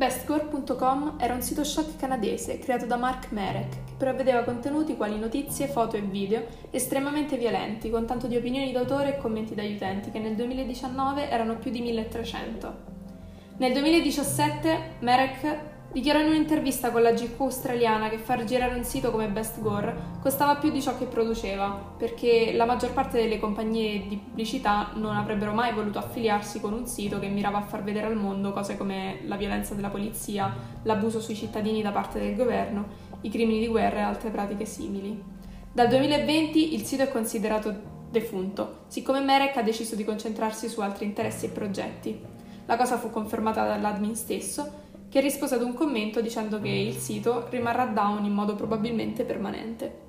Bestgore.com era un sito shock canadese creato da Mark Marek che prevedeva contenuti quali notizie, foto e video estremamente violenti, con tanto di opinioni d'autore e commenti da utenti che nel 2019 erano più di 1300. Nel 2017 Marek dichiarò in un'intervista con la GQ australiana che far girare un sito come Bestgore costava più di ciò che produceva, perché la maggior parte delle compagnie di pubblicità non avrebbero mai voluto affiliarsi con un sito che mirava a far vedere al mondo cose come la violenza della polizia, l'abuso sui cittadini da parte del governo, i crimini di guerra e altre pratiche simili. Dal 2020 il sito è considerato defunto, siccome Marek ha deciso di concentrarsi su altri interessi e progetti. La cosa fu confermata dall'admin stesso, che rispose ad un commento dicendo che il sito rimarrà down in modo probabilmente permanente.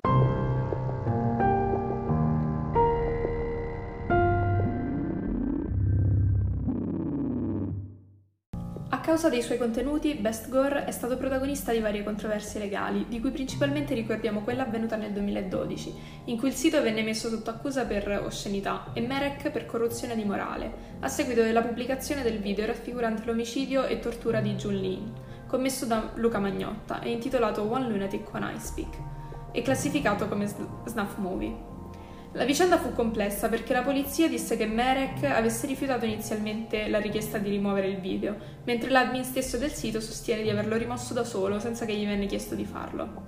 A causa dei suoi contenuti, Bestgore è stato protagonista di varie controversie legali, di cui principalmente ricordiamo quella avvenuta nel 2012, in cui il sito venne messo sotto accusa per oscenità e Marek per corruzione di morale, a seguito della pubblicazione del video raffigurante l'omicidio e tortura di Jun Lin, commesso da Luca Magnotta e intitolato One Lunatic When I Speak, e classificato come snuff movie. La vicenda fu complessa perché la polizia disse che Marek avesse rifiutato inizialmente la richiesta di rimuovere il video, mentre l'admin stesso del sito sostiene di averlo rimosso da solo senza che gli venne chiesto di farlo.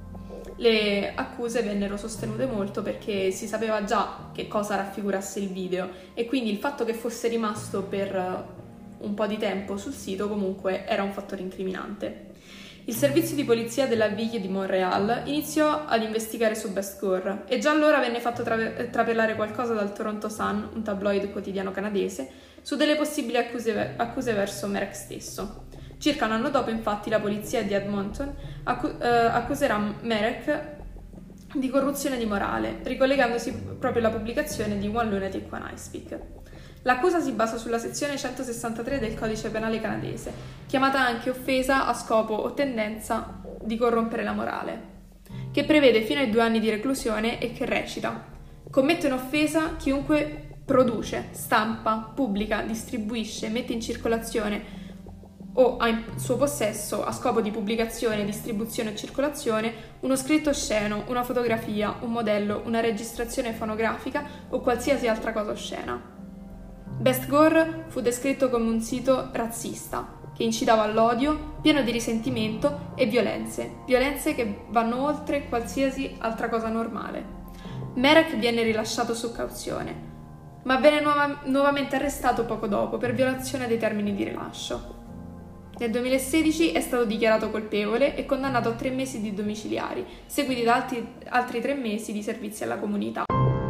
Le accuse vennero sostenute molto perché si sapeva già che cosa raffigurasse il video e quindi il fatto che fosse rimasto per un po' di tempo sul sito comunque era un fattore incriminante. Il servizio di polizia della Ville di Montréal iniziò ad investigare su Bestgore e già allora venne fatto trapelare qualcosa dal Toronto Sun, un tabloid quotidiano canadese, su delle possibili accuse verso Marek stesso. Circa un anno dopo, infatti, la polizia di Edmonton accuserà Marek di corruzione di morale, ricollegandosi proprio alla pubblicazione di One Lunatic When I Speak. L'accusa si basa sulla sezione 163 del codice penale canadese, chiamata anche offesa a scopo o tendenza di corrompere la morale, che prevede fino ai 2 anni di reclusione e che recita: commette un'offesa chiunque produce, stampa, pubblica, distribuisce, mette in circolazione o ha in suo possesso, a scopo di pubblicazione, distribuzione o circolazione, uno scritto osceno, una fotografia, un modello, una registrazione fonografica o qualsiasi altra cosa oscena. Bestgore fu descritto come un sito razzista, che incitava all'odio, pieno di risentimento e violenze che vanno oltre qualsiasi altra cosa normale. Marek viene rilasciato su cauzione, ma venne nuovamente arrestato poco dopo per violazione dei termini di rilascio. Nel 2016 è stato dichiarato colpevole e condannato a 3 mesi di domiciliari, seguiti da altri 3 mesi di servizi alla comunità.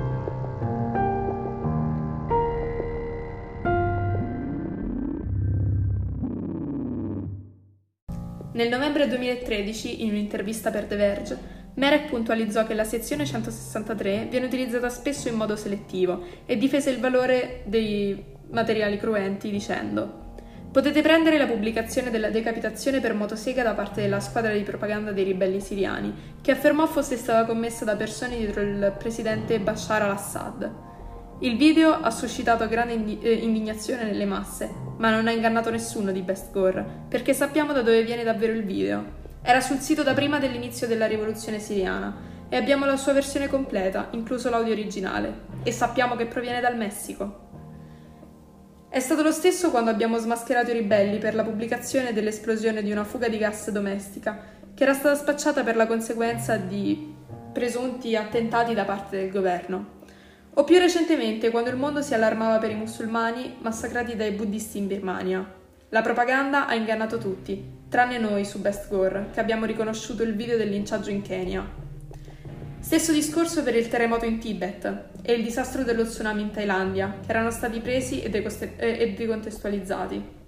Nel novembre 2013, in un'intervista per The Verge, Marek puntualizzò che la sezione 163 viene utilizzata spesso in modo selettivo e difese il valore dei materiali cruenti dicendo: potete prendere la pubblicazione della decapitazione per motosega da parte della squadra di propaganda dei ribelli siriani, che affermò fosse stata commessa da persone dietro il presidente Bashar al-Assad. Il video ha suscitato grande indignazione nelle masse, ma non ha ingannato nessuno di Bestgore, perché sappiamo da dove viene davvero il video. Era sul sito da prima dell'inizio della rivoluzione siriana e abbiamo la sua versione completa, incluso l'audio originale, e sappiamo che proviene dal Messico. È stato lo stesso quando abbiamo smascherato i ribelli per la pubblicazione dell'esplosione di una fuga di gas domestica, che era stata spacciata per la conseguenza di presunti attentati da parte del governo. O più recentemente, quando il mondo si allarmava per i musulmani massacrati dai buddisti in Birmania. La propaganda ha ingannato tutti, tranne noi su Bestgore, che abbiamo riconosciuto il video del linciaggio in Kenya. Stesso discorso per il terremoto in Tibet e il disastro dello tsunami in Thailandia, che erano stati presi e decontestualizzati.